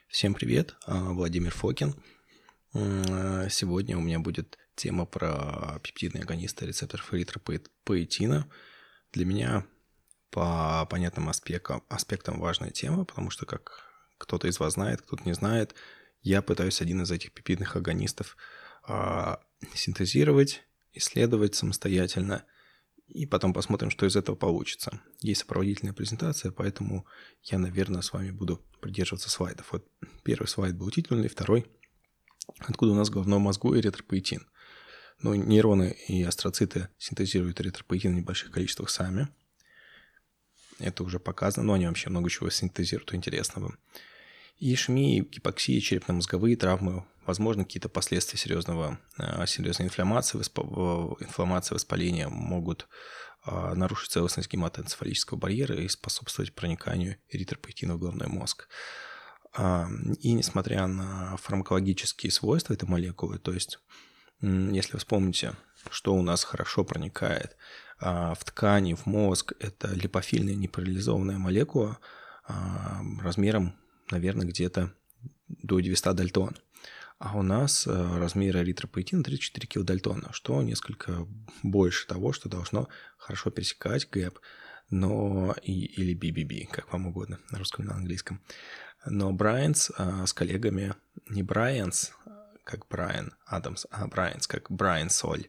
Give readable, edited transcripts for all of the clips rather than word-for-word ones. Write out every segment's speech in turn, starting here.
Всем привет, Владимир Фокин. Сегодня у меня будет тема про пептидные агонисты рецепторов эритропоэтина. Для меня по понятным аспектам важная тема, потому что, как кто-то из вас знает, кто-то не знает, я пытаюсь один из этих пептидных агонистов синтезировать, исследовать самостоятельно, и потом посмотрим, что из этого получится. Есть сопроводительная презентация, поэтому я, наверное, с вами буду придерживаться слайдов. Вот первый слайд был титульный, второй – откуда у нас в головном мозгу эритропоэтин. Но нейроны и астроциты синтезируют эритропоэтин в небольших количествах сами. Это уже показано, но они вообще много чего синтезируют интересного. И ишемия, гипоксия, черепно-мозговые травмы, возможно, какие-то последствия серьезной инфламмации, воспаления могут нарушить целостность гематоэнцефалического барьера и способствовать прониканию эритропоэтина в головной мозг. И несмотря на фармакологические свойства этой молекулы, то есть, если вы вспомните, что у нас хорошо проникает в ткани, в мозг, это липофильная неполяризованная молекула размером, наверное, где-то до 900 дальтон. А у нас размер эритропоэтина 34 килодальтона, что несколько больше того, что должно хорошо пересекать ГЭП, или BBB, как вам угодно, на русском и на английском. Но Брайанс с коллегами, не Брайанс, как Брайан Адамс, а Брайанс, как Брайан Соль,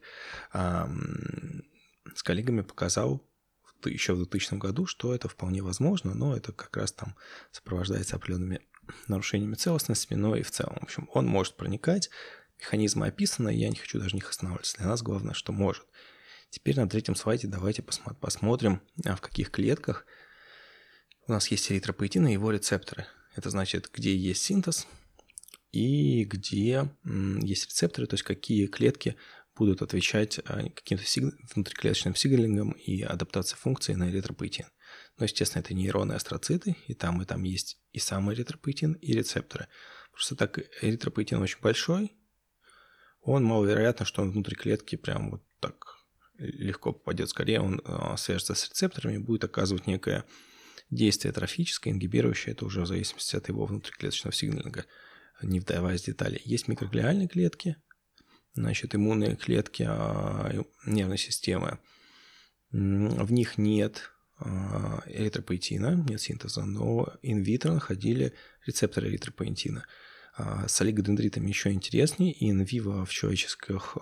с коллегами показал еще в 2000 году, что это вполне возможно, но это как раз там сопровождается определенными нарушениями целостности, но и в целом. В общем, он может проникать, механизмы описаны, я не хочу даже них останавливаться. Для нас главное, что может. Теперь на третьем слайде давайте посмотрим, в каких клетках у нас есть эритропоэтин и его рецепторы. Это значит, где есть синтез и где есть рецепторы, то есть какие клетки будут отвечать каким-то внутриклеточным сигналингом и адаптации функции на эритропоэтин. Но, естественно, это нейроны и астроциты, и там есть и сам эритропоэтин, и рецепторы. Просто так эритропоэтин очень большой, он маловероятно, что он внутри клетки прям вот так легко попадет. Скорее, он свяжется с рецепторами и будет оказывать некое действие трофическое, ингибирующее, это уже в зависимости от его внутриклеточного сигналинга, не вдаваясь в детали. Есть микроглиальные клетки, значит, иммунные клетки нервной системы. В них нет эритропоэтина, нет синтеза, но инвитро находили рецепторы эритропоэтина. С олигодендритами еще интереснее, и инвиво в человеческих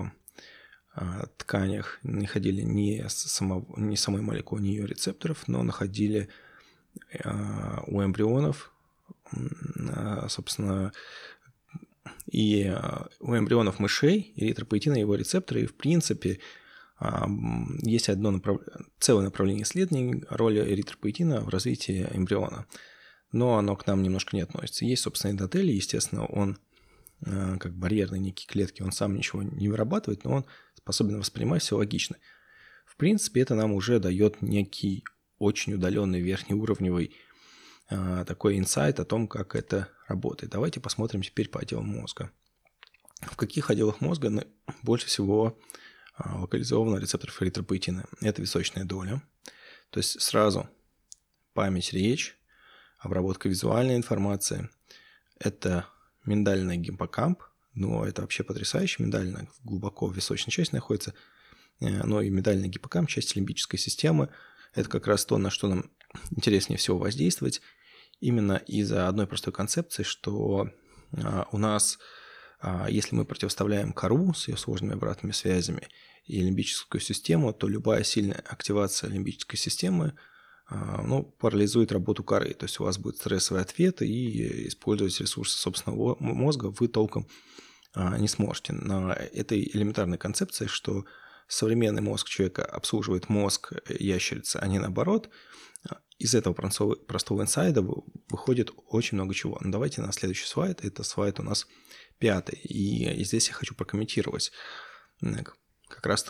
тканях находили не самой молекулы, не ее рецепторов, но находили у эмбрионов, собственно, и у эмбрионов мышей эритропоэтина и его рецепторы, и в принципе есть целое направление исследований роли эритропоэтина в развитии эмбриона, но оно к нам немножко не относится. Есть, собственно, эндотелий, естественно, он как барьерные некие клетки, он сам ничего не вырабатывает, но он способен воспринимать все логично. В принципе, это нам уже дает некий очень удаленный верхнеуровневый такой инсайт о том, как это работает. Давайте посмотрим теперь по отделам мозга. В каких отделах мозга больше всего локализовано рецепторов эритропоэтина? Это височная доля. То есть сразу память, речь, обработка визуальной информации. Это миндальный гиппокамп. Но это вообще потрясающе. Миндальная глубоко в височной части находится. Но и миндальный гиппокамп, часть лимбической системы. Это как раз то, на что нам интереснее всего воздействовать. Именно из-за одной простой концепции, что у нас, если мы противоставляем кору с ее сложными обратными связями и лимбическую систему, то любая сильная активация лимбической системы парализует работу коры. То есть у вас будет стрессовый ответ, и использовать ресурсы собственного мозга вы толком не сможете. На этой элементарной концепции, что современный мозг человека обслуживает мозг ящерицы, а не наоборот, из этого простого инсайда выходит очень много чего. Но давайте на следующий слайд. Это слайд у нас 5. И здесь я хочу прокомментировать как раз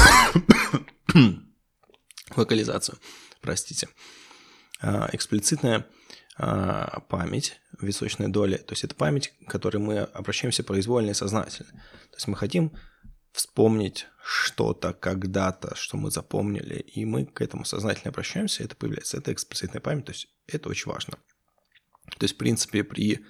локализацию. Простите. Эксплицитная память височной доли. То есть это память, к которой мы обращаемся произвольно и сознательно. То есть мы хотим вспомнить что-то когда-то, что мы запомнили, и мы к этому сознательно обращаемся, это появляется. Это эксплицитная память, то есть это очень важно. То есть, в принципе, при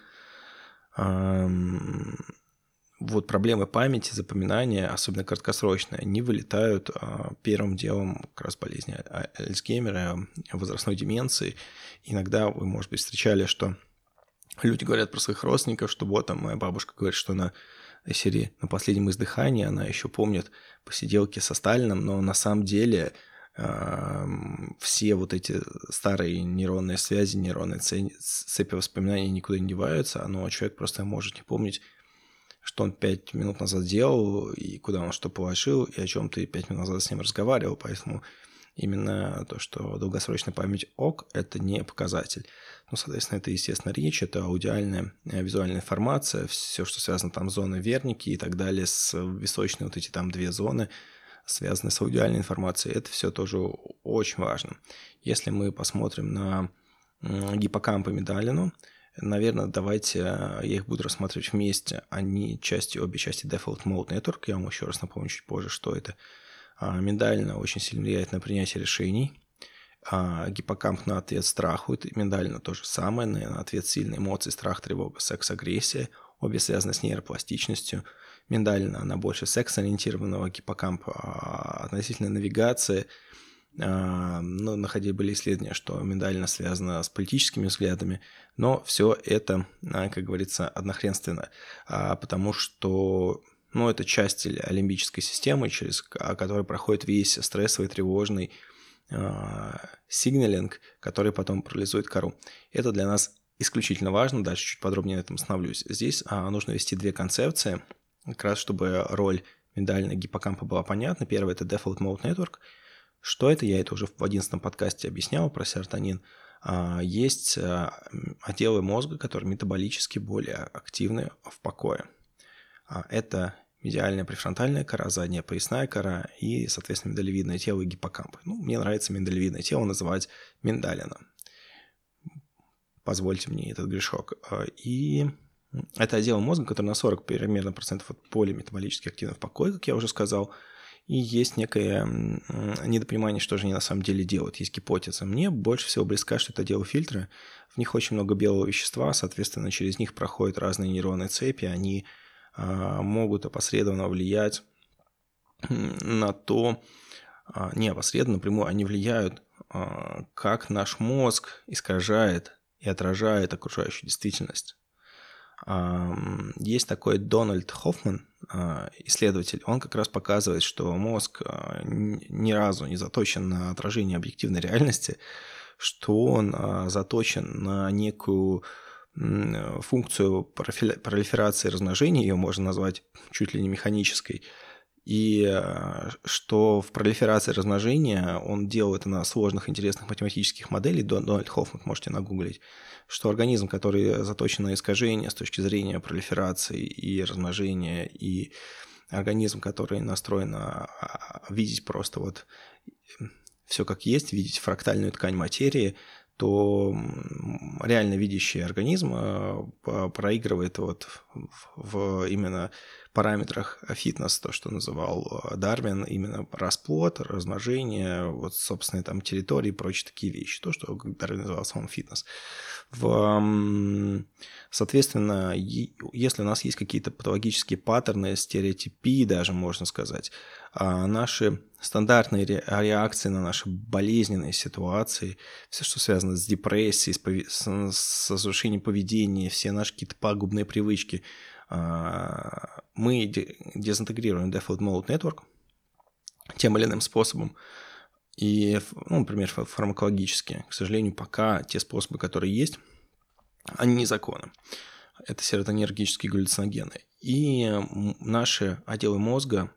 вот проблемы памяти, запоминания, особенно краткосрочные, они вылетают первым делом как раз болезни Альцгеймера, возрастной деменции. Иногда вы, может быть, встречали, что люди говорят про своих родственников, что вот там моя бабушка говорит, что на серии «На последнем издыхании» она еще помнит посиделки со Сталиным, но на самом деле все вот эти старые нейронные связи, нейронные цепи воспоминаний никуда не деваются, но человек просто может не помнить, что он 5 минут назад делал, и куда он что положил, и о чем ты 5 минут назад с ним разговаривал. Поэтому именно то, что долгосрочная память ок, это не показатель. Ну, соответственно, это, естественно, речь, это аудиальная, визуальная информация, все, что связано там с зоной Верники и так далее, с височной вот эти там 2 зоны, связанные с аудиальной информацией, это все тоже очень важно. Если мы посмотрим на гиппокамп и миндалину, наверное, давайте я их буду рассматривать вместе. Они обе части Default Mode Network. Я вам еще раз напомню чуть позже, что это. Миндалина очень сильно влияет на принятие решений. Гиппокамп на ответ страху. Миндалина то же самое, на ответ сильные эмоции, страх, тревога, секс, агрессия. Обе связаны с нейропластичностью. Миндалина, она больше секс-ориентированного, гиппокамп относительно навигации. Были исследования, что миндалина связана с политическими взглядами, но все это, как говорится, однохренственно, потому что это часть лимбической системы, через которую проходит весь стрессовый, тревожный сигналинг, который потом парализует кору. Это для нас исключительно важно, дальше чуть подробнее на этом остановлюсь. Здесь нужно ввести 2 концепции, как раз чтобы роль миндалина гиппокампа была понятна. Первое – это Default Mode Network. Что это? Я это уже в 11-м подкасте объяснял про серотонин. Есть отделы мозга, которые метаболически более активны в покое. Это медиальная префронтальная кора, задняя поясная кора и, соответственно, миндалевидное тело и гиппокамп. Мне нравится миндалевидное тело называть миндалина. Позвольте мне этот грешок. И это отдел мозга, который на 40 примерно процентов более метаболически активен в покое, как я уже сказал. И есть некое недопонимание, что же они на самом деле делают. Есть гипотеза. Мне больше всего близка, что это дело фильтра. В них очень много белого вещества, соответственно, через них проходят разные нейронные цепи. Они могут опосредованно влиять на то, не опосредованно, напрямую, они влияют, как наш мозг искажает и отражает окружающую действительность. Есть такой Дональд Хоффман, исследователь, он как раз показывает, что мозг ни разу не заточен на отражение объективной реальности, что он заточен на некую функцию пролиферации и размножения, ее можно назвать чуть ли не механической, и что в пролиферации и размножения он делал это на сложных, интересных математических моделях, Дональд Хоффман, можете нагуглить, что организм, который заточен на искажение с точки зрения пролиферации и размножения, и организм, который настроен на видеть просто вот все как есть, видеть фрактальную ткань материи, то реально видящий организм проигрывает вот в именно параметрах фитнес, то, что называл Дарвин, именно расплод, размножение, вот собственные там территории и прочие такие вещи, то, что Дарвин называл самым фитнес. Соответственно, если у нас есть какие-то патологические паттерны, стереотипии даже, можно сказать, наши стандартные реакции на наши болезненные ситуации, все, что связано с депрессией, с разрушением поведения, все наши какие-то пагубные привычки, мы дезинтегрируем Default Mode Network тем или иным способом. И, например, фармакологически, к сожалению, пока те способы, которые есть, они незаконны. Это серотонинергические глюциногены. И наши отделы мозга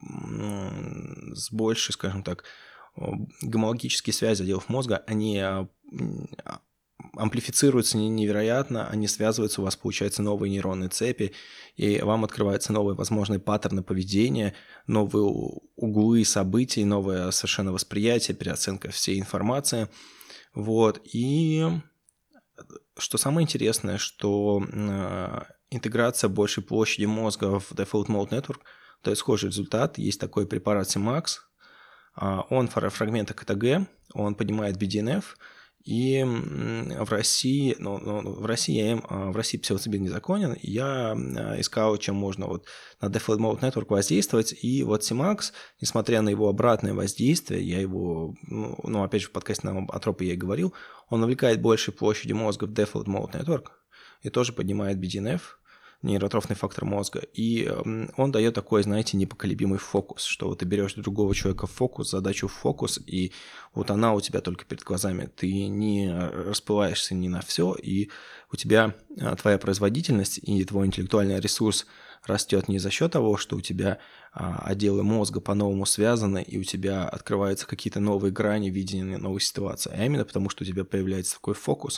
с большей, скажем так, гомологические связи отделов мозга, они амплифицируются невероятно, они связываются, у вас получаются новые нейронные цепи, и вам открываются новые возможные паттерны поведения, новые углы событий, новое совершенно восприятие, переоценка всей информации. Вот. И что самое интересное, что интеграция большей площади мозга в Default Mode Network дает схожий результат. Есть такой препарат Simax, он фрагменты КТГ, он поднимает BDNF, И в России, в России псилоцибин незаконен, и я искал, чем можно вот на Default Mode Network воздействовать, и вот CMAX, несмотря на его обратное воздействие, я его, опять же, в подкасте на Атропе я и говорил, он навлекает большей площади мозга в Default Mode Network и тоже поднимает BDNF, нейротрофный фактор мозга, и он дает такой, знаете, непоколебимый фокус, что вот ты берешь другого человека в фокус, задачу в фокус, и вот она у тебя только перед глазами, ты не расплываешься ни на все, и у тебя твоя производительность и твой интеллектуальный ресурс растет не за счет того, что у тебя отделы мозга по-новому связаны, и у тебя открываются какие-то новые грани видения новой ситуации, а именно потому, что у тебя появляется такой фокус,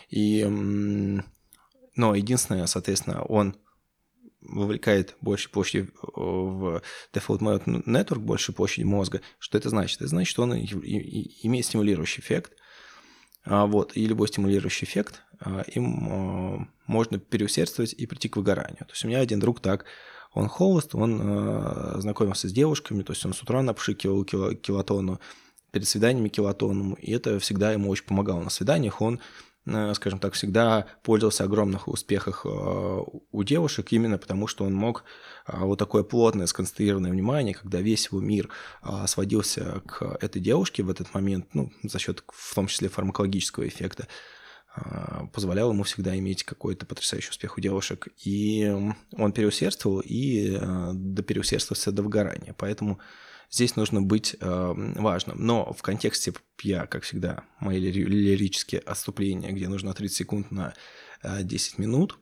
но единственное, соответственно, он вовлекает больше площади в Default Mode Network, больше площади мозга. Что это значит? Это значит, что он имеет стимулирующий эффект. И любой стимулирующий эффект им можно переусердствовать и прийти к выгоранию. То есть у меня один друг так, он холост, он знакомился с девушками, то есть он с утра напшикивал килотонну, перед свиданиями килотонну, и это всегда ему очень помогало. На свиданиях он, скажем так, всегда пользовался огромных успехах у девушек именно потому, что он мог вот такое плотное сконцентрированное внимание, когда весь его мир сводился к этой девушке в этот момент, за счет в том числе фармакологического эффекта, позволял ему всегда иметь какой-то потрясающий успех у девушек. И он переусердствовал и допереусердствовался до выгорания. Поэтому здесь нужно быть важным. Но в контексте я, как всегда, мои лирические отступления, где нужно 30 секунд на 10 минут.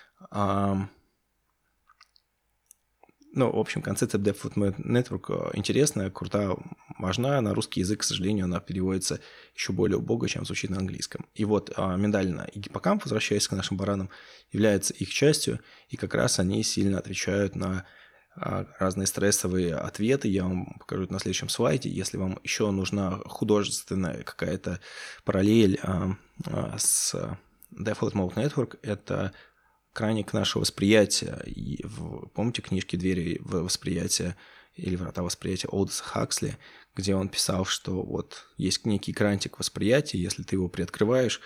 В общем, концепция Default Network интересная, крутая, важна. На русский язык, к сожалению, она переводится еще более убого, чем звучит на английском. И вот миндалина и гиппокамп, возвращаясь к нашим баранам, являются их частью, и как раз они сильно отвечают на разные стрессовые ответы. Я вам покажу это на следующем слайде. Если вам еще нужна художественная какая-то параллель с Default Mode Network, это краник нашего восприятия. И помните книжки «Двери восприятия» или «Врата восприятия» Олдоса Хаксли, где он писал, что вот есть некий крантик восприятия, если ты его приоткрываешь,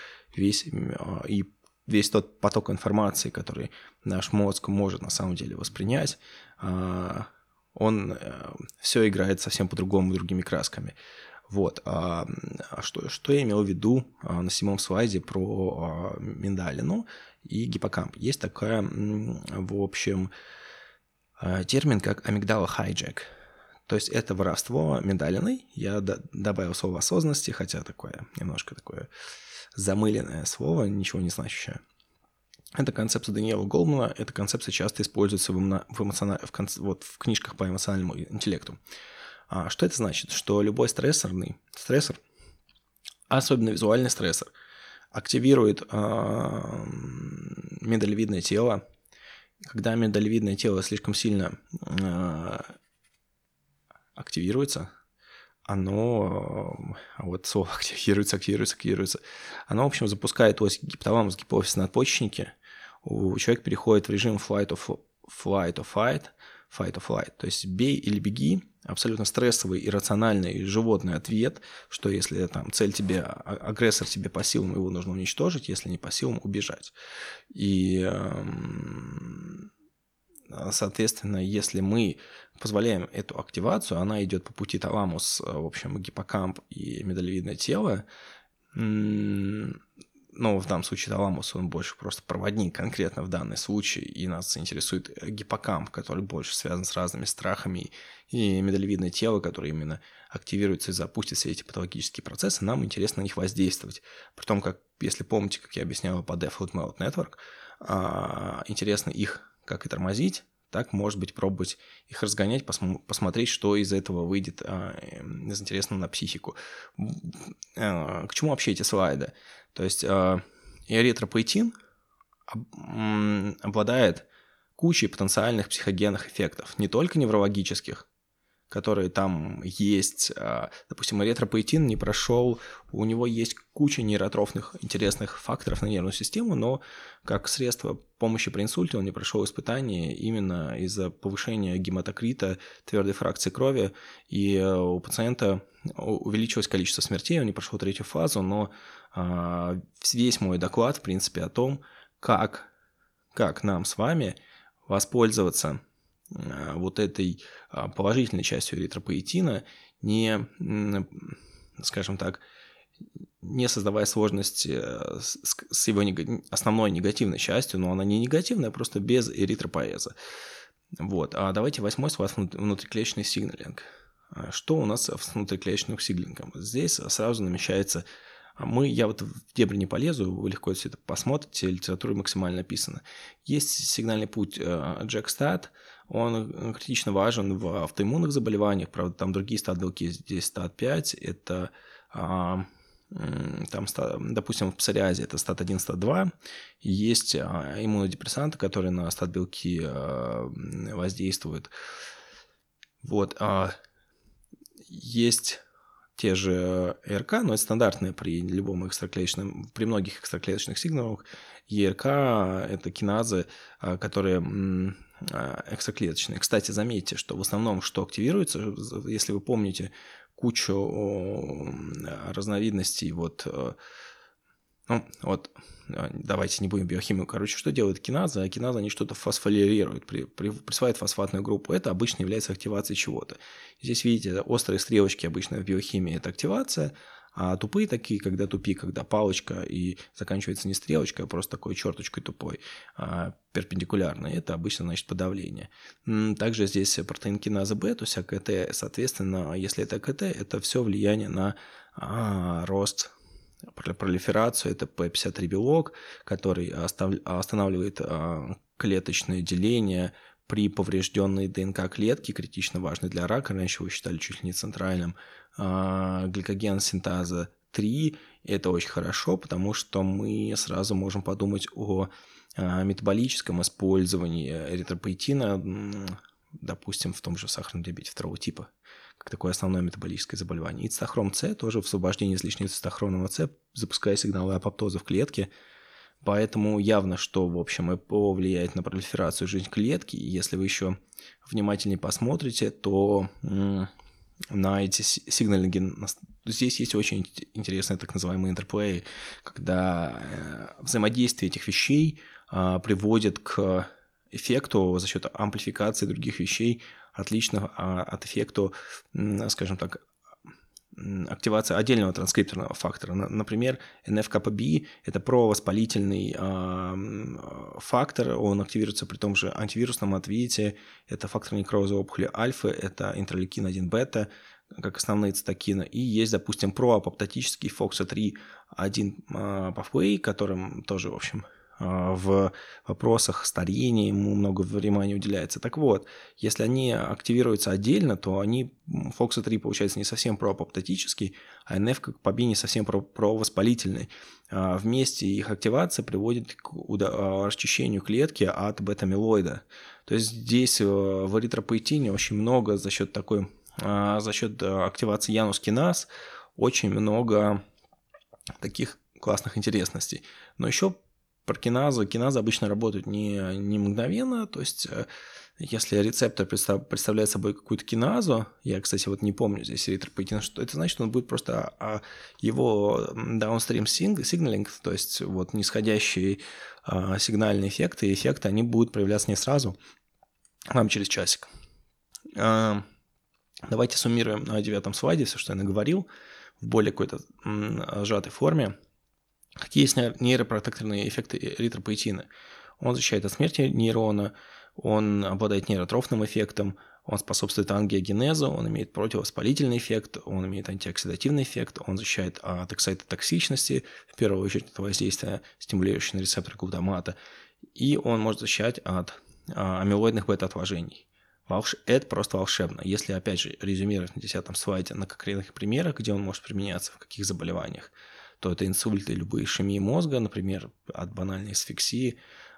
весь тот поток информации, который наш мозг может на самом деле воспринять, он все играет совсем по-другому, другими красками. Вот. Что я имел в виду на 7-м слайде про миндалину и гиппокамп? Есть такая, в общем, термин, как амигдала хайджек. То есть это воровство миндалиной. Я добавил слово осознанности, хотя немножко такое замыленное слово, ничего не значащее. Это концепция Даниэла Голдмана, эта концепция часто используется в книжках по эмоциональному интеллекту. Что это значит? Что любой стрессор, особенно визуальный стрессор, активирует миндалевидное тело. Когда миндалевидное тело слишком сильно активируется, слово активируется, оно, в общем, запускает ось гипоталамус, гипофиз, надпочечники. У человека переходит в режим fight or flight, то есть бей или беги, абсолютно стрессовый, иррациональный животный ответ, что если цель тебе, агрессор тебе по силам, его нужно уничтожить, если не по силам, убежать. И, соответственно, если мы позволяем эту активацию, она идет по пути таламус, в общем, гиппокамп и миндалевидное тело. В данном случае таламус, он больше просто проводник конкретно в данный случай, и нас интересует гиппокамп, который больше связан с разными страхами, и миндалевидное тело, которое именно активируется и запустит все эти патологические процессы, нам интересно на них воздействовать. Притом, если помните, как я объяснял по Default Mode Network, интересно их как и тормозить, так, может быть, пробовать их разгонять, посмотреть, что из этого выйдет из интересного на психику. К чему вообще эти слайды? То есть эритропоэтин обладает кучей потенциальных психогенных эффектов, не только неврологических, которые там есть. Допустим, эритропоэтин не прошел, у него есть куча нейротрофных интересных факторов на нервную систему, но как средство помощи при инсульте он не прошел испытание именно из-за повышения гематокрита твердой фракции крови, и у пациента увеличилось количество смертей, он не прошел третью фазу, но весь мой доклад, в принципе, о том, как нам с вами воспользоваться вот этой положительной частью эритропоэтина, не, скажем так, не создавая сложности с его основной негативной частью, но она не негативная, просто без эритропоэза. Вот. А давайте 8 с вас внутриклеточный сигналинг. Что у нас с внутриклеточным сигналингом? Здесь сразу намечается... Я вот в дебри не полезу, вы легко все это посмотрите, литература максимально описана. Есть сигнальный путь JAK-STAT, он критично важен в автоиммунных заболеваниях, правда, там другие стат-белки, здесь STAT5, это, там, допустим, в псориазе это STAT1, STAT2, есть иммунодепрессанты, которые на стат-белки воздействуют. Вот, есть... те же ЕРК, но это стандартные при многих экстраклеточных сигналах. ЕРК – это киназы, которые экстраклеточные. Кстати, заметьте, что в основном что активируется, если вы помните кучу разновидностей, давайте не будем биохимию. Короче, что делают киназы? А киназы, они что-то фосфориляют, присваивают фосфатную группу. Это обычно является активацией чего-то. Здесь, видите, острые стрелочки обычно в биохимии – это активация, а тупые такие, когда палочка и заканчивается не стрелочкой, а просто такой черточкой тупой, перпендикулярной, это обычно значит подавление. Также здесь протеин киназа Б, то есть АКТ, соответственно, если это АКТ, это все влияние на рост, пролиферацию, это P53 белок, который останавливает клеточное деление при поврежденной ДНК клетки, критично важный для рака, раньше его считали чуть ли не центральным. Гликоген синтаза 3, это очень хорошо, потому что мы сразу можем подумать о метаболическом использовании эритропоэтина, допустим, в том же сахарном диабете второго типа, как такое основное метаболическое заболевание. И цитохром С тоже в освобождении излишнего цитохромного С запускает сигналы апоптоза в клетке. Поэтому явно, что, в общем, ЭПО влияет на пролиферацию и жизнь клетки. И если вы еще внимательнее посмотрите, то на эти сигналинги... Здесь есть очень интересные так называемые интерплеи, когда взаимодействие этих вещей приводит к эффекту за счет амплификации других вещей, отлично от эффекта, скажем так, активации отдельного транскрипторного фактора. Например, NF-κB – это провоспалительный фактор, он активируется при том же антивирусном ответе, это фактор некроза опухоли альфа, это интерлейкин 1-бета, как основные цитокины, и есть, допустим, проапоптотический FOXA3-1 pathway, которым тоже, в общем, в вопросах старения ему много внимания уделяется. Так вот, если они активируются отдельно, то они, FOXA3 получается не совсем проапоптотический, а NF-κB не совсем провоспалительный. Вместе их активация приводит к расчищению клетки от бета-амилоида. То есть здесь в эритропоэтине очень много за счет активации янус-киназ очень много таких классных интересностей. Но еще про киназы обычно работают не мгновенно, то есть если рецептор представляет собой какую-то киназу, я, кстати, не помню здесь эритропоэтин, что это значит, что он будет просто его downstream signaling, то есть нисходящие сигнальные эффекты, они будут проявляться не сразу, а через часик. Давайте суммируем на 9 слайде все, что я наговорил, в более какой-то сжатой форме. Какие есть нейропротекторные эффекты эритропоэтина? Он защищает от смерти нейрона, он обладает нейротрофным эффектом, он способствует ангиогенезу, он имеет противовоспалительный эффект, он имеет антиоксидативный эффект, он защищает от эксайтотоксичности, в первую очередь от воздействия, стимулирующего на рецепторы глутамата, и он может защищать от амилоидных бета-отложений. Это просто волшебно. Если, опять же, резюмировать на 10 слайде на конкретных примерах, где он может применяться, в каких заболеваниях, то это инсульты, любые ишемии мозга, например, от банальной асфиксии.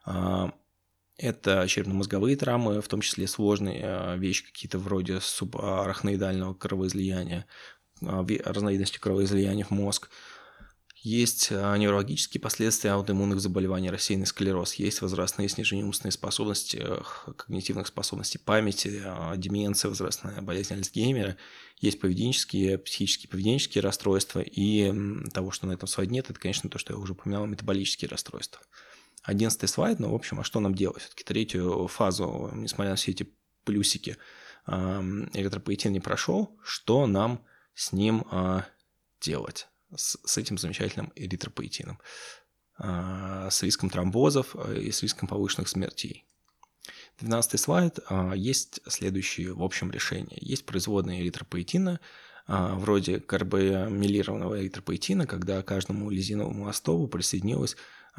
Это черепно-мозговые травмы, в том числе сложные вещи какие-то вроде субарахноидального кровоизлияния, разновидности кровоизлияния в мозг. Есть неврологические последствия аутоиммунных заболеваний, рассеянный склероз, есть возрастные снижения умственной способности, когнитивных способностей памяти, деменция, возрастная болезнь Альцгеймера, есть поведенческие, психические поведенческие расстройства, и того, что на этом слайде нет, это, конечно, то, что я уже упоминал, метаболические расстройства. 11-й слайд, в общем, а что нам делать? Все-таки третью фазу, несмотря на все эти плюсики, эритропоэтин не прошел, что нам с ним делать? С этим замечательным эритропоэтином, с риском тромбозов и с риском повышенных смертей. 12-й слайд. Есть следующие, в общем, решения. Есть производные эритропоэтина, вроде карбамилированного эритропоэтина, когда каждому лизиновому остову присоединилась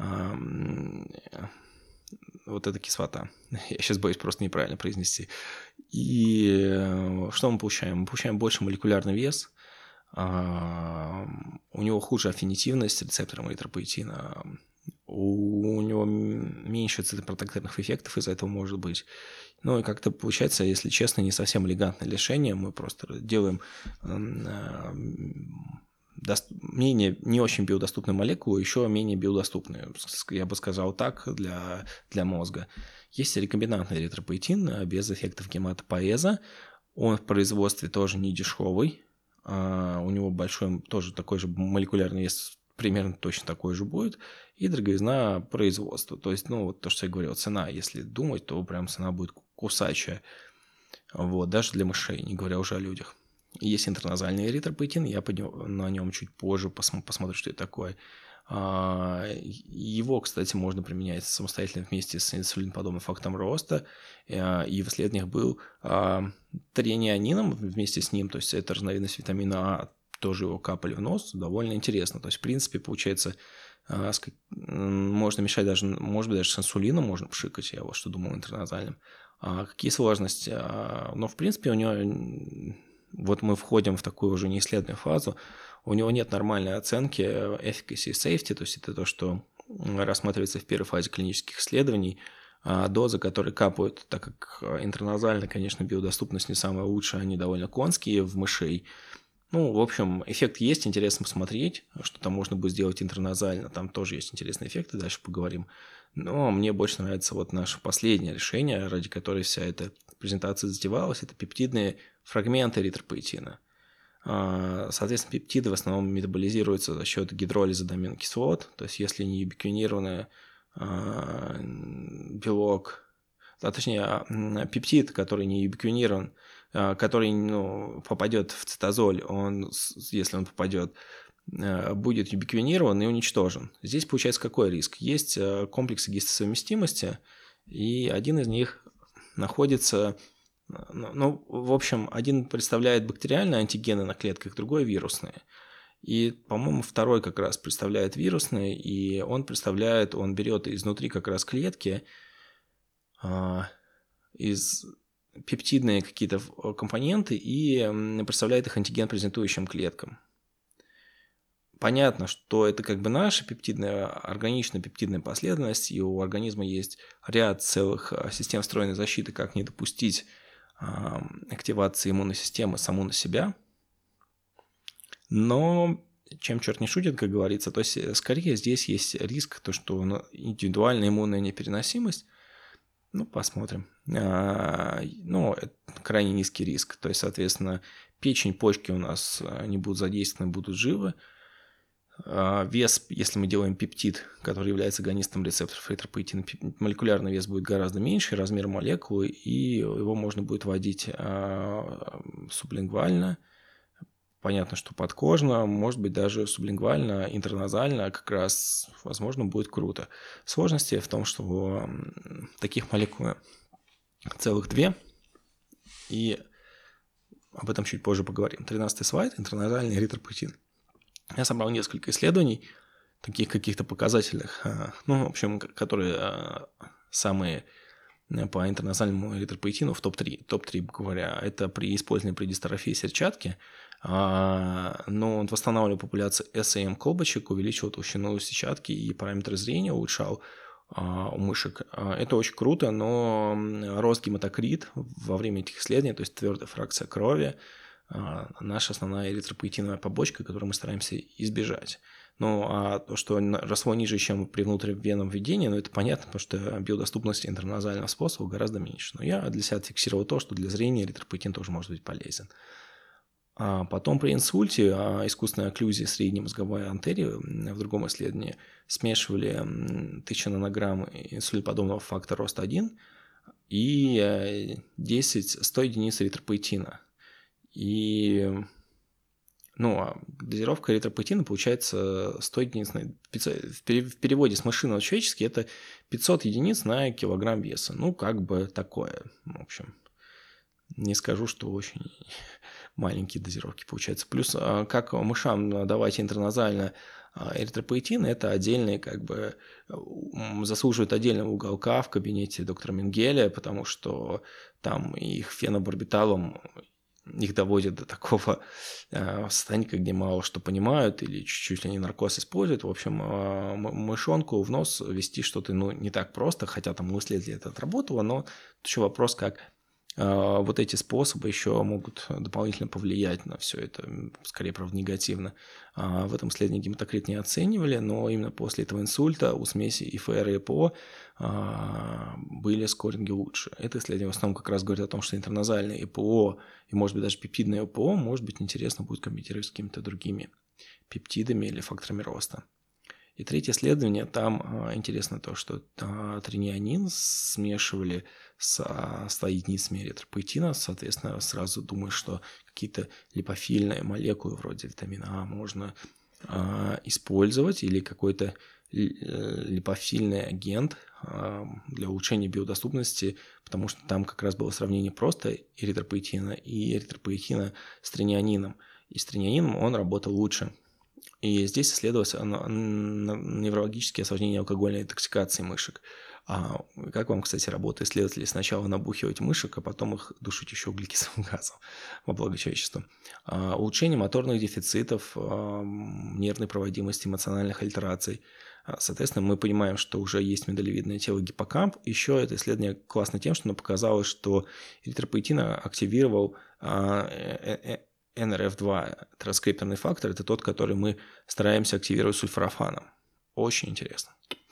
вот эта кислота. Я сейчас боюсь просто неправильно произнести. И что мы получаем? Мы получаем больше молекулярный вес, у него хуже аффинитивность рецептором эритропоэтина, у него меньше цитопротекторных эффектов из-за этого может быть. Ну и как-то получается, если честно, не совсем элегантное решение. Мы просто делаем не очень биодоступную молекулу, еще менее биодоступную, я бы сказал так, для мозга. Есть рекомбинантный эритропоэтин без эффектов гематопоэза. Он в производстве тоже не дешевый. У него большой, тоже такой же молекулярный вес, примерно точно такой же будет, и дороговизна производства. То есть, вот то, что я говорил, цена, если думать, то прям цена будет кусачая. Даже для мышей, не говоря уже о людях. Есть интраназальный эритропоэтин, я на нем чуть позже посмотрю, что это такое. Его, кстати, можно применять самостоятельно вместе с инсулиноподобным фактором роста, и в исследованиях был тренианином вместе с ним, то есть это разновидность витамина А, тоже его капали в нос, довольно интересно. То есть, в принципе, получается, можно мешать даже, может быть, даже с инсулином можно пшикать, я вот что думал интерназальным. Какие сложности? В принципе, у него... Вот мы входим в такую уже неисследованную фазу, у него нет нормальной оценки efficacy и safety, то есть это то, что рассматривается в первой фазе клинических исследований, дозы, которые капают, так как интраназально, конечно, биодоступность не самая лучшая, они довольно конские в мышей. В общем, эффект есть, интересно посмотреть, что там можно будет сделать интерназально, там тоже есть интересные эффекты, дальше поговорим. Но мне больше нравится вот наше последнее решение, ради которой вся эта презентация затевалась, это пептидные фрагменты эритропоэтина. Соответственно, пептиды в основном метаболизируются за счет гидролиза до аминокислот, то есть если не юбиквинированный белок, точнее пептид, который не юбиквинирован, который попадет в цитозоль, если он попадет, будет юбиквинирован и уничтожен. Здесь получается какой риск? Есть комплексы гистосовместимости, и один из них находится... в общем, один представляет бактериальные антигены на клетках, другой вирусные. И, по-моему, второй как раз представляет вирусные, и он берет изнутри как раз клетки, из пептидные какие-то компоненты и представляет их антиген-презентующим клеткам. Понятно, что это как бы наша пептидная, органичная пептидная последовательность, и у организма есть ряд целых систем встроенной защиты, как не допустить активации иммунной системы саму на себя. Но чем черт не шутит, как говорится, то есть скорее здесь есть риск, то что индивидуальная иммунная непереносимость, посмотрим. Это крайне низкий риск. То есть, соответственно, печень, почки у нас не будут задействованы, будут живы. Вес, если мы делаем пептид, который является агонистом рецепторов эритропоэтина, молекулярный вес будет гораздо меньше, размер молекулы, и его можно будет вводить сублингвально. Понятно, что подкожно, может быть, даже сублингвально, интерназально, как раз, возможно, будет круто. Сложности в том, что таких молекул целых 2, и об этом чуть позже поговорим. 13-й слайд, интерназальный эритропоэтин. Я собрал несколько исследований, таких каких-то показательных, в общем, которые самые по интерназальному эритропоэтину в топ-3. Топ-3, говоря, это при использовании при дистрофии сетчатки, но он восстанавливал популяцию SAM колбочек, увеличивал толщину сетчатки и параметры зрения улучшал у мышек. Это очень круто, но рост гематокрит во время этих исследований, то есть твердая фракция крови, наша основная эритропоэтиновая побочка, которую мы стараемся избежать. Ну, а то, что росло ниже, чем при внутривенном введении, ну, это понятно, потому что биодоступности интраназального способа гораздо меньше. Но я для себя фиксировал то, что для зрения эритропоэтин тоже может быть полезен. А потом при инсульте искусственной окклюзии средней мозговой артерии в другом исследовании смешивали 1000 нанограмм инсулиноподобного фактора роста 1 и 100 единиц эритропоэтина. И дозировка эритропоэтина получается 100 единиц, в переводе с мышиного на человеческий это 500 единиц на килограмм веса. Ну, как бы такое, в общем. Не скажу, что очень маленькие дозировки получаются. Плюс, как мышам давать интраназально эритропоэтин, это отдельный, заслуживает отдельного уголка в кабинете доктора Менгеля, потому что там их фенобарбиталом их доводят до такого состояния, где мало что понимают или чуть-чуть они наркоз используют. В общем, мышонку в нос ввести что-то не так просто, хотя там у исследователей это отработало, но еще вопрос, как вот эти способы еще могут дополнительно повлиять на все это, скорее, правда, негативно. В этом исследовании гематокрит не оценивали, но именно после этого инсульта у смеси ИФР и ЭПО были скоринги лучше. Это исследование в основном как раз говорит о том, что интерназальное ЭПО и, может быть, даже пептидное ЭПО, может быть, интересно будет комбинировать с какими-то другими пептидами или факторами роста. И третье исследование, там интересно то, что тренианин смешивали с 100 единицами эритропоэтина, соответственно, сразу думаешь, что какие-то липофильные молекулы вроде витамина А можно использовать или какой-то липофильный агент для улучшения биодоступности, потому что там как раз было сравнение просто эритропоэтина и эритропоэтина с тренианином. И с тренианином он работал лучше. И здесь исследовалось неврологические осложнения алкогольной интоксикации мышек. Как вам, кстати, работа исследователей? Сначала набухивать мышек, а потом их душить еще углекислым газом во благо человечества. Улучшение моторных дефицитов, нервной проводимости, эмоциональных альтераций. Соответственно, мы понимаем, что уже есть миндалевидное тело гиппокамп. Еще это исследование классно тем, что оно показало, что эритропоэтин активировал НРФ2 транскрипторный фактор, это тот, который мы стараемся активировать сульфорафаном. Очень интересно.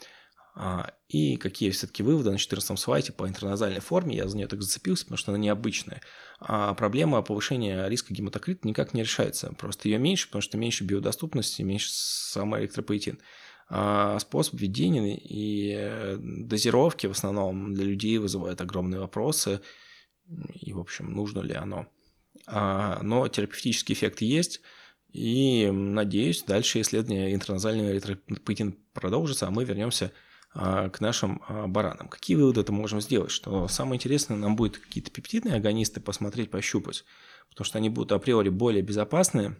И какие все-таки выводы на 14 слайде по интерназальной форме? Я за нее так зацепился, потому что она необычная. Проблема повышения риска гематокрита никак не решается. Просто ее меньше, потому что меньше биодоступности, меньше самый эритропоэтин. Способ введения и дозировки в основном для людей вызывает огромные вопросы. И, в общем, нужно ли оно? Но терапевтический эффект есть, и, надеюсь, дальше исследование интерназального эритропоэтина продолжится, а мы вернемся к нашим баранам. Какие выводы мы можем сделать? Что самое интересное, нам будет какие-то пептидные агонисты посмотреть, пощупать, потому что они будут априори более безопасные,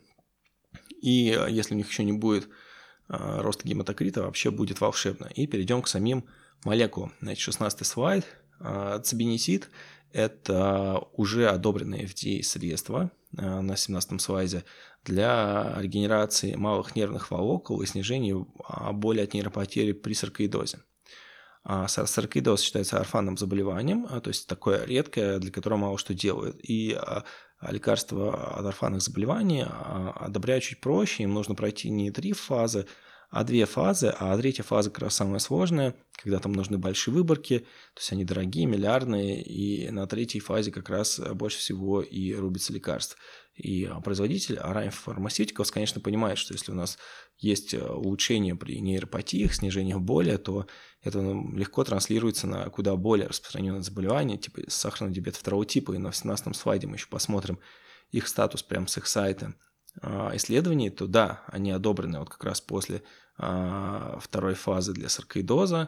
и если у них еще не будет роста гематокрита, вообще будет волшебно. И перейдем к самим молекулам. Значит, 16 слайд. Цибинетид – это уже одобренное FDA средство на 17 слайде для регенерации малых нервных волокол и снижения боли от нейропотери при саркоидозе. Саркоидоз считается орфанным заболеванием, то есть такое редкое, для которого мало что делают. И лекарства от орфанных заболеваний одобряют чуть проще, им нужно пройти не 3 фазы, а 2 фазы, а 3-я фаза как раз самая сложная, когда там нужны большие выборки, то есть они дорогие, миллиардные, и на 3-й фазе как раз больше всего и рубится лекарств. И производитель Orion Pharmaceuticals, конечно, понимает, что если у нас есть улучшение при нейропатиях, снижение боли, то это легко транслируется на куда более распространенные заболевания, типа сахарный диабет 2 типа, и на 17 слайде мы еще посмотрим их статус прямо с их сайта исследований, то да, они одобрены вот как раз после 2-й фазы для саркоидоза,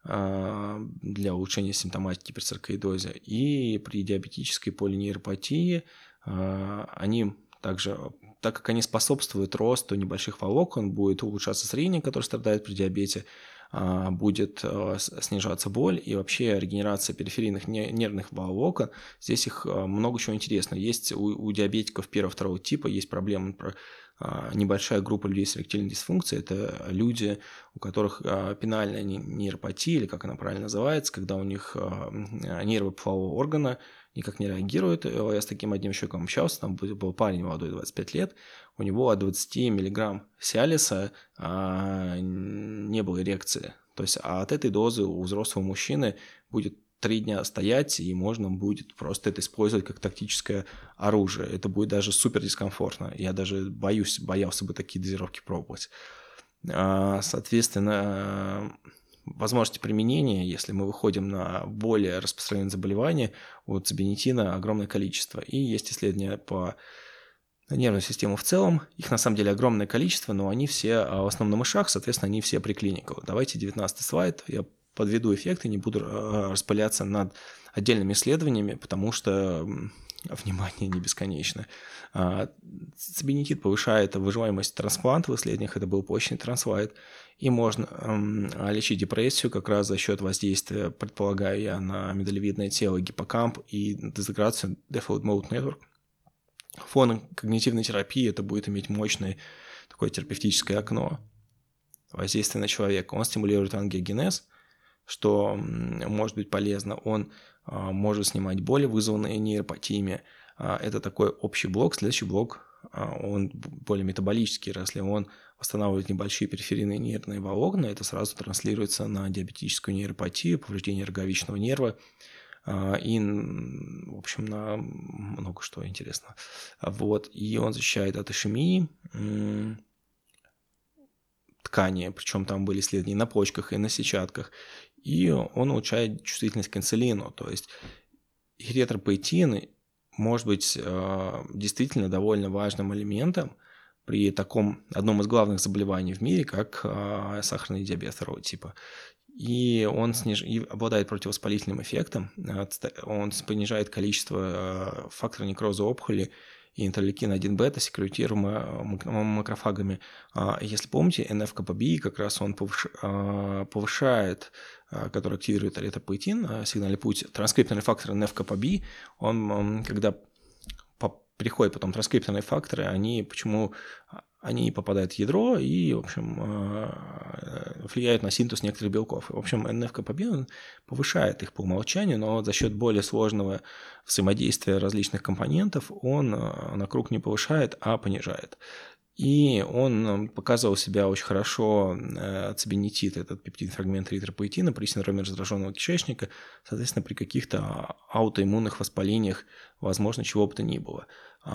для улучшения симптоматики при саркоидозе, и при диабетической полинейропатии они также, так как они способствуют росту небольших волокон, будет улучшаться зрение, которое страдает при диабете, будет снижаться боль и вообще регенерация периферийных нервных волокон. Здесь их много чего интересного. Есть у диабетиков 1-2 типа есть проблемы небольшая группа людей с эректильной дисфункцией – это люди, у которых пенальная нейропатия, или как она правильно называется, когда у них нервы полового органа никак не реагируют. Я с таким одним человеком общался, там был парень молодой, 25 лет, у него от 20 миллиграмм сиалиса не было эрекции. То есть от этой дозы у взрослого мужчины будет 3 дня стоять, и можно будет просто это использовать как тактическое оружие. Это будет даже супер дискомфортно. Я даже боялся бы такие дозировки пробовать. Соответственно, возможности применения, если мы выходим на более распространенные заболевания, у цибинетина огромное количество. И есть исследования по нервную систему в целом. Их на самом деле огромное количество, но они все в основном на мышах, соответственно, они все преклиникал. Давайте 19 слайд. Я подведу эффекты, не буду распыляться над отдельными исследованиями, потому что внимание не бесконечно. Цибинетид повышает выживаемость транспланта, в исследованиях это был почечный трансплант, и можно лечить депрессию как раз за счет воздействия, предполагаю я, на миндалевидное тело, гиппокамп и дезинтеграцию Default Mode Network. Фон когнитивной терапии это будет иметь мощное такое терапевтическое окно воздействия на человека. Он стимулирует ангиогенез, что может быть полезно. Он может снимать боли, вызванные нейропатиями. Это такой общий блок. Следующий блок, он более метаболический. Если он восстанавливает небольшие периферийные нервные волокна, это сразу транслируется на диабетическую нейропатию, повреждение роговичного нерва и, в общем, на много что интересного. Вот. И он защищает от ишемии ткани, причем там были исследования на почках и на сетчатках, и он улучшает чувствительность к инсулину, то есть эритропоэтин может быть действительно довольно важным элементом при таком одном из главных заболеваний в мире, как сахарный диабет второго типа. И он обладает противовоспалительным эффектом, он понижает количество фактора некроза опухоли и интерлейкин-1 бета, секретируемого макрофагами. Если помните, НФ-кПБ как раз он повышает, который активирует эритропоэтин, сигнальный путь, транскрипторный фактор НФ-кПБ, он, когда приходят потом транскрипторные факторы, они попадают в ядро и, в общем, влияют на синтез некоторых белков. В общем, НФ-кПБ повышает их по умолчанию, но за счет более сложного взаимодействия различных компонентов он на круг не повышает, а понижает. И он показывал себя очень хорошо, цибинетид, этот пептид-фрагмент эритропоэтина, при синдроме раздраженного кишечника, соответственно, при каких-то аутоиммунных воспалениях, возможно, чего бы то ни было.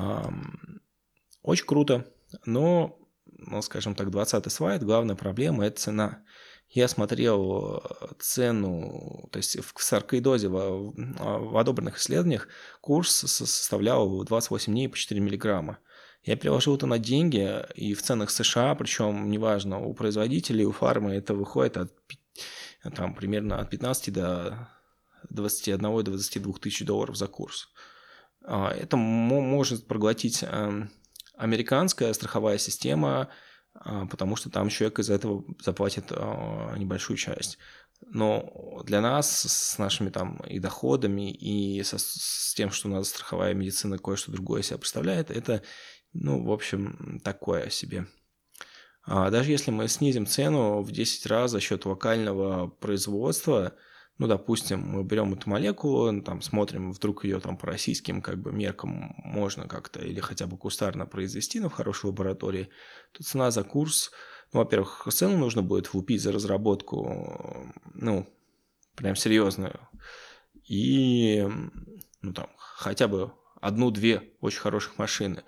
Очень круто, но, скажем так, 20-й слайд, главная проблема – это цена. Я смотрел цену, то есть в саркоидозе в одобренных исследованиях курс составлял 28 дней по 4 миллиграмма. Я переложил это на деньги, и в ценах США, причем неважно, у производителей, у фармы это выходит примерно от 15 до 21-22 тысяч долларов за курс. Это может проглотить американская страховая система, потому что там человек из этого заплатит небольшую часть. Но для нас с нашими там и доходами, и с тем, что у нас страховая медицина кое-что другое себя представляет, это, в общем, такое себе. Даже если мы снизим цену в 10 раз за счет локального производства, допустим, мы берем эту молекулу, там смотрим, вдруг ее там по российским меркам можно как-то или хотя бы кустарно произвести, в хорошей лаборатории, то цена за курс, во-первых, цену нужно будет влупить за разработку, прям серьезную, и, хотя бы 1-2 очень хороших машины,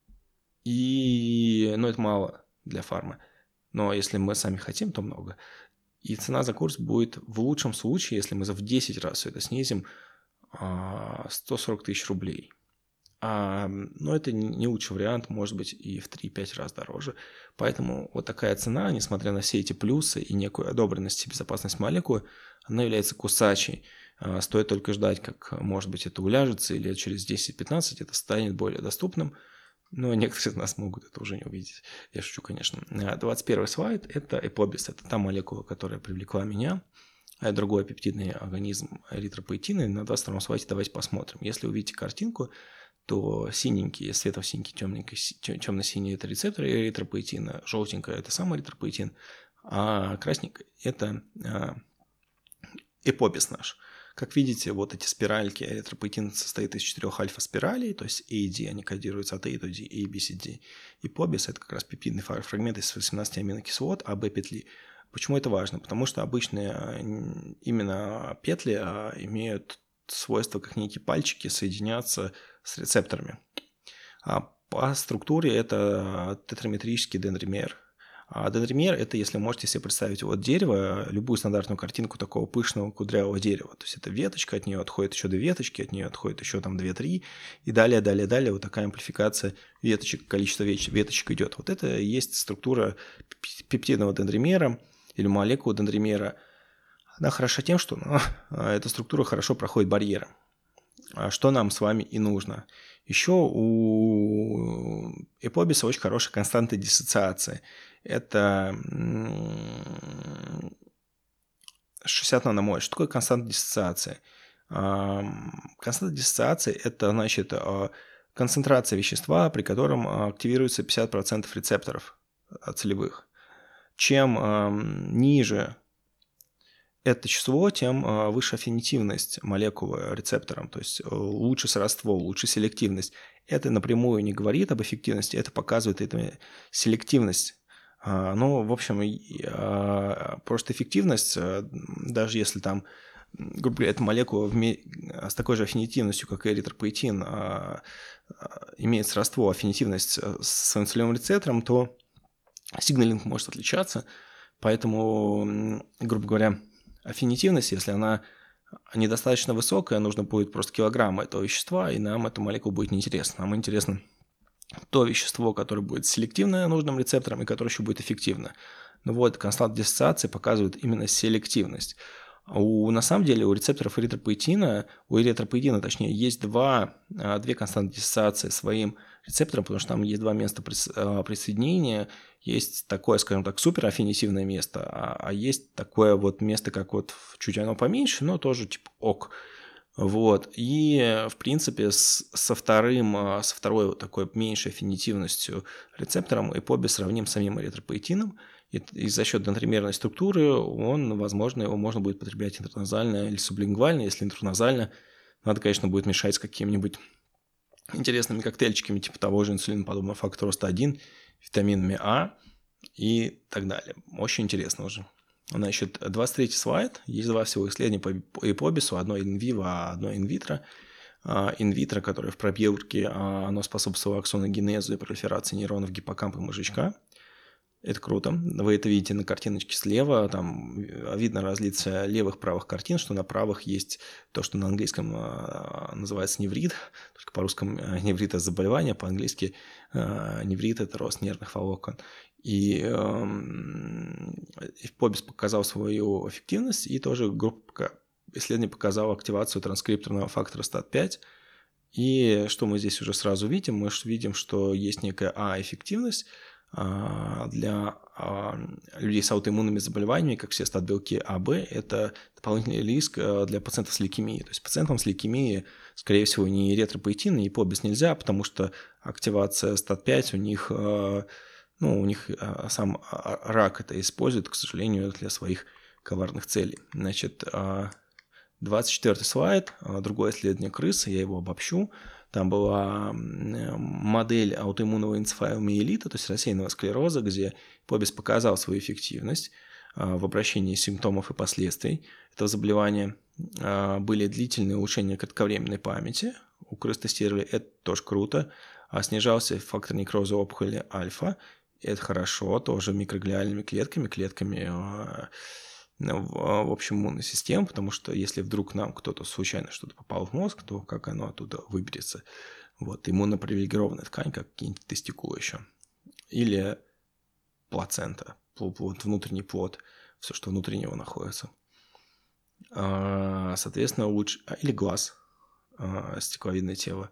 и, это мало для фармы, но если мы сами хотим, то много. И цена за курс будет в лучшем случае, если мы в 10 раз все это снизим, 140 тысяч рублей. Но это не лучший вариант, может быть и в 3-5 раз дороже. Поэтому вот такая цена, несмотря на все эти плюсы и некую одобренность и безопасность молекулы, она является кусачей. Стоит только ждать, как, может быть, это уляжется, или через 10-15 это станет более доступным. Но некоторые из нас могут это уже не увидеть. Я шучу, конечно. 21 слайд – это эпобис. Это та молекула, которая привлекла меня. Другой пептидный организм эритропоэтина. На 22 слайде давайте посмотрим. Если увидите картинку, то синенький, светло-синенький, темно-синий – это рецепторы эритропоэтина, желтенькое – это сам эритропоэтин, а красненькое – это эпобис наш. Как видите, вот эти спиральки, эритропоэтин состоит из 4 альфа-спиралей, то есть A и D, они кодируются от A до D, A, B, C, D. Эпобис – это как раз пептидный фрагмент из 18 аминокислот, А, Б петли. Почему это важно? Потому что обычные именно петли имеют свойство, как некие пальчики, соединяться с рецепторами. А по структуре это тетраметрический дендример. А дендример – это, если можете себе представить, вот дерево, любую стандартную картинку такого пышного кудрявого дерева. То есть это веточка, от нее отходит еще 2 веточки, от нее отходит еще там 2-3, и далее, вот такая амплификация веточек, количество веточек идет. Вот это и есть структура пептидного дендримера или молекулы дендримера. Она хороша тем, что эта структура хорошо проходит барьеры. Что нам с вами и нужно. Еще у эпобиса очень хорошая константа диссоциации. Это 60 наномоль. Что такое константа диссоциации? Константа диссоциации – это, значит, концентрация вещества, при котором активируется 50% рецепторов целевых. Чем ниже это число, тем выше аффинитивность молекулы рецепторам, то есть лучше сродство, лучше селективность. Это напрямую не говорит об эффективности, это показывает селективность. Ну, в общем, просто эффективность, даже если там, грубо говоря, эта молекула с такой же аффинитивностью, как и эритропоэтин, имеет сродство, аффинитивность с своим целевым рецептором, то сигналинг может отличаться. Поэтому, грубо говоря, аффинитивность, если она недостаточно высокая, нужно будет просто килограмм этого вещества, и нам эта молекула будет неинтересна. Нам интересно то вещество, которое будет селективно нужным рецептором и которое еще будет эффективно. Но вот константа диссоциации показывает именно селективность. На самом деле у рецепторов эритропоэтина, точнее, есть две константы диссоциации своим рецептором, потому что там есть 2 места присоединения, есть такое, скажем так, супераффинитивное место, а есть такое вот место, как вот чуть оно поменьше, но тоже типа ок. Вот. И, в принципе, со второй вот такой меньшей аффинитивностью рецептором эпобис сравним с самим эритропоэтином. И за счет дендримерной структуры его можно будет потреблять интраназально или сублингвально. Если интраназально, надо, конечно, будет мешать с какими-нибудь интересными коктейльчиками, типа того же инсулиноподобного фактора роста 1, витаминами А и так далее. Очень интересно уже. Значит, 23-й слайд. Есть 2 всего исследования по эпобису, одно инвиво, а одно инвитро. Инвитро, которое в пробирке, оно способствовало аксоногенезу и пролиферации нейронов гиппокампа и мозжечка. Это круто. Вы это видите на картиночке слева. Там видно различие левых и правых картин, что на правых есть то, что на английском называется неврит. Только по-русски неврит – это заболевание, по-английски неврит – это рост нервных волокон. И эпобис показал свою эффективность, и тоже группа исследований показала активацию транскрипторного фактора STAT5. И что мы здесь уже сразу видим? Мы видим, что есть некая эффективность для людей с аутоиммунными заболеваниями, как все стат-белки АБ, это дополнительный риск для пациентов с лейкемией. То есть пациентам с лейкемией, скорее всего, ни эритропоэтин, ни эпобис нельзя, потому что активация STAT5 у них сам рак это использует, к сожалению, для своих коварных целей. Значит, 24-й слайд, другое исследование крысы, я его обобщу. Там была модель аутоиммунного энцефаломиелита, то есть рассеянного склероза, где эпобис показал свою эффективность в обращении симптомов и последствий этого заболевания. Были длительные улучшения кратковременной памяти. У крыс тестировали, это тоже круто. Снижался фактор некроза опухоли альфа. Это хорошо, тоже микроглиальными клетками в общем, иммунной системы, потому что если вдруг нам кто-то случайно что-то попало в мозг, то как оно оттуда выберется? Вот, иммунопривилегированная ткань, как какие-нибудь тестикулы еще. Или плацента, внутренний плод, все, что внутри него находится. Соответственно, лучше... Или глаз, стекловидное тело.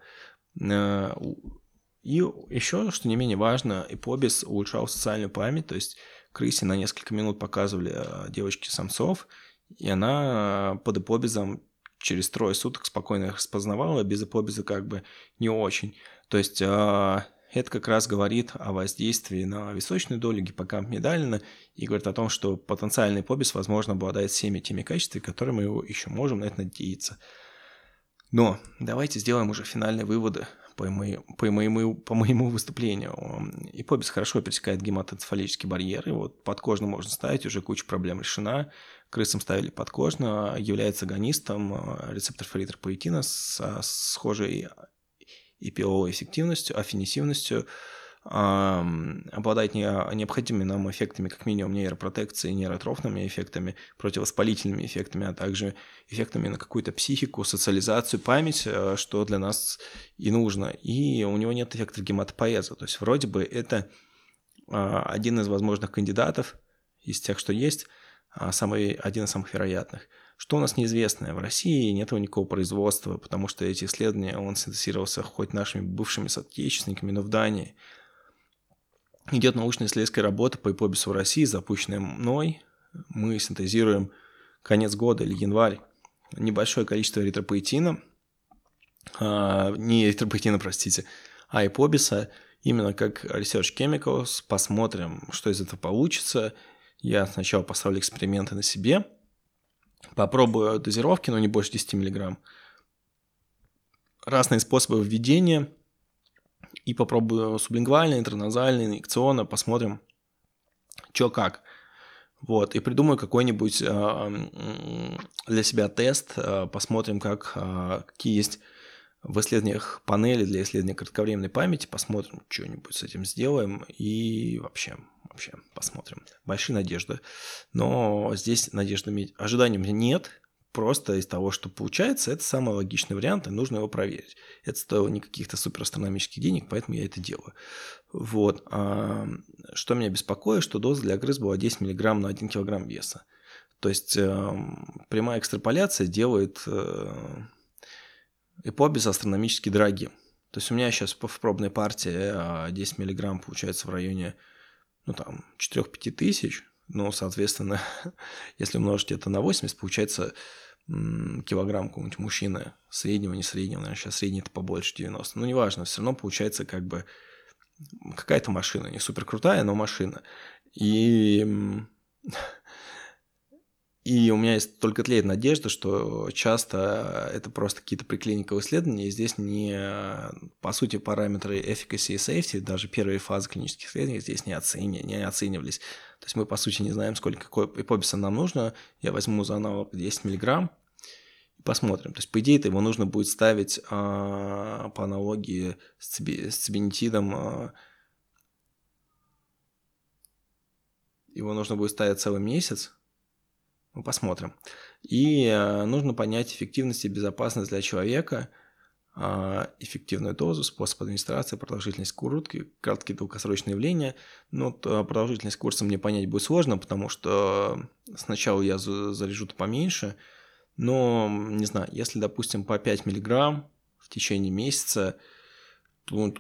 И еще, что не менее важно, эпобис улучшал социальную память, то есть крысе на несколько минут показывали девочки самцов, и она под эпобизом через 3 суток спокойно их распознавала, без ипобиза как бы не очень. То есть это как раз говорит о воздействии на височную долю, гиппокамп медалина, и говорит о том, что потенциальный ипобиз, возможно, обладает всеми теми качествами, которые мы его еще можем на это надеяться. Но давайте сделаем уже финальные выводы по моему выступлению. Ипобиз хорошо пересекает гематоэнцефалический барьер, и вот подкожно можно ставить, уже куча проблем решена. Крысам ставили подкожно, является агонистом рецепторов эритропоэтина со схожей EPO эффективностью, аффинитивностью, обладает необходимыми нам эффектами, как минимум нейропротекции, нейротрофными эффектами, противовоспалительными эффектами, а также эффектами на какую-то психику, социализацию, память, что для нас и нужно. И у него нет эффектов гематопоэза. То есть вроде бы это один из возможных кандидатов из тех, что есть, один из самых вероятных. Что у нас неизвестное? В России нет никакого производства, потому что эти исследования, он синтезировался хоть нашими бывшими соотечественниками, но в Дании. Идет научно-исследовательская работа по ипобису в России, запущенная мной. Мы синтезируем конец года или январь небольшое количество эритропоэтина, не эритропоэтина, простите, а ипобиса, именно как Research Chemicals. Посмотрим, что из этого получится. Я сначала поставлю эксперименты на себе, попробую дозировки, но не больше 10 мг. Разные способы введения. И попробую сублингвально, интраназально, инъекционно, посмотрим, что как. Вот, и придумаю какой-нибудь для себя тест, посмотрим, какие есть в исследованиях панели для исследования кратковременной памяти, посмотрим, что-нибудь с этим сделаем и вообще посмотрим. Большие надежды. Но здесь надежды иметь. Ожиданий у меня нет. Просто из того, что получается, это самый логичный вариант, и нужно его проверить. Это стоило не каких-то суперастрономических денег, поэтому я это делаю. Вот. Что меня беспокоит, что доза для крыс была 10 мг на 1 кг веса. То есть прямая экстраполяция делает ипобиз астрономически дорогим. То есть у меня сейчас в пробной партии 10 мг получается в районе 4-5 тысяч. Ну, соответственно, если умножить это на 80, получается килограмм какого-нибудь мужчины среднего, не среднего, наверное, сейчас средний это побольше 90. Ну, неважно, все равно получается как бы какая-то машина, не супер крутая, но машина. И у меня есть только тлеет надежда, что часто это просто какие-то преклиниковые исследования, и здесь по сути, параметры efficacy и safety, даже первые фазы клинических исследований здесь не оценивались. То есть мы, по сути, не знаем, сколько ипобиса нам нужно. Я возьму за аналог 10 мг и посмотрим. То есть, по идее, его нужно будет ставить по аналогии с цибинетидом. Его нужно будет ставить целый месяц. Ну, посмотрим. И нужно понять эффективность и безопасность для человека, эффективную дозу, способ администрации, продолжительность краткие долгосрочные явления. Но продолжительность курса мне понять будет сложно, потому что сначала я заряжу-то поменьше, но, не знаю, если, допустим, по 5 мг в течение месяца, то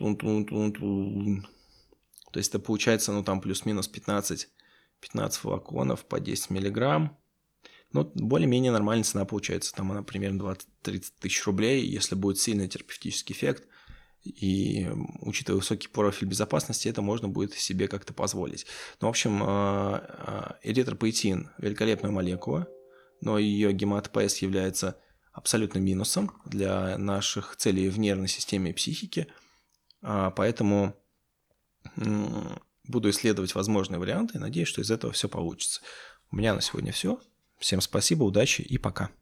есть это получается, там плюс-минус 15 флаконов по 10 мг. Ну, более-менее нормальная цена получается. Там она примерно 20-30 тысяч рублей, если будет сильный терапевтический эффект. И учитывая высокий профиль безопасности, это можно будет себе как-то позволить. Ну, в общем, эритропоэтин – великолепная молекула, но ее гематопоэз является абсолютным минусом для наших целей в нервной системе и психике. Поэтому буду исследовать возможные варианты и надеюсь, что из этого все получится. У меня на сегодня все. Всем спасибо, удачи и пока.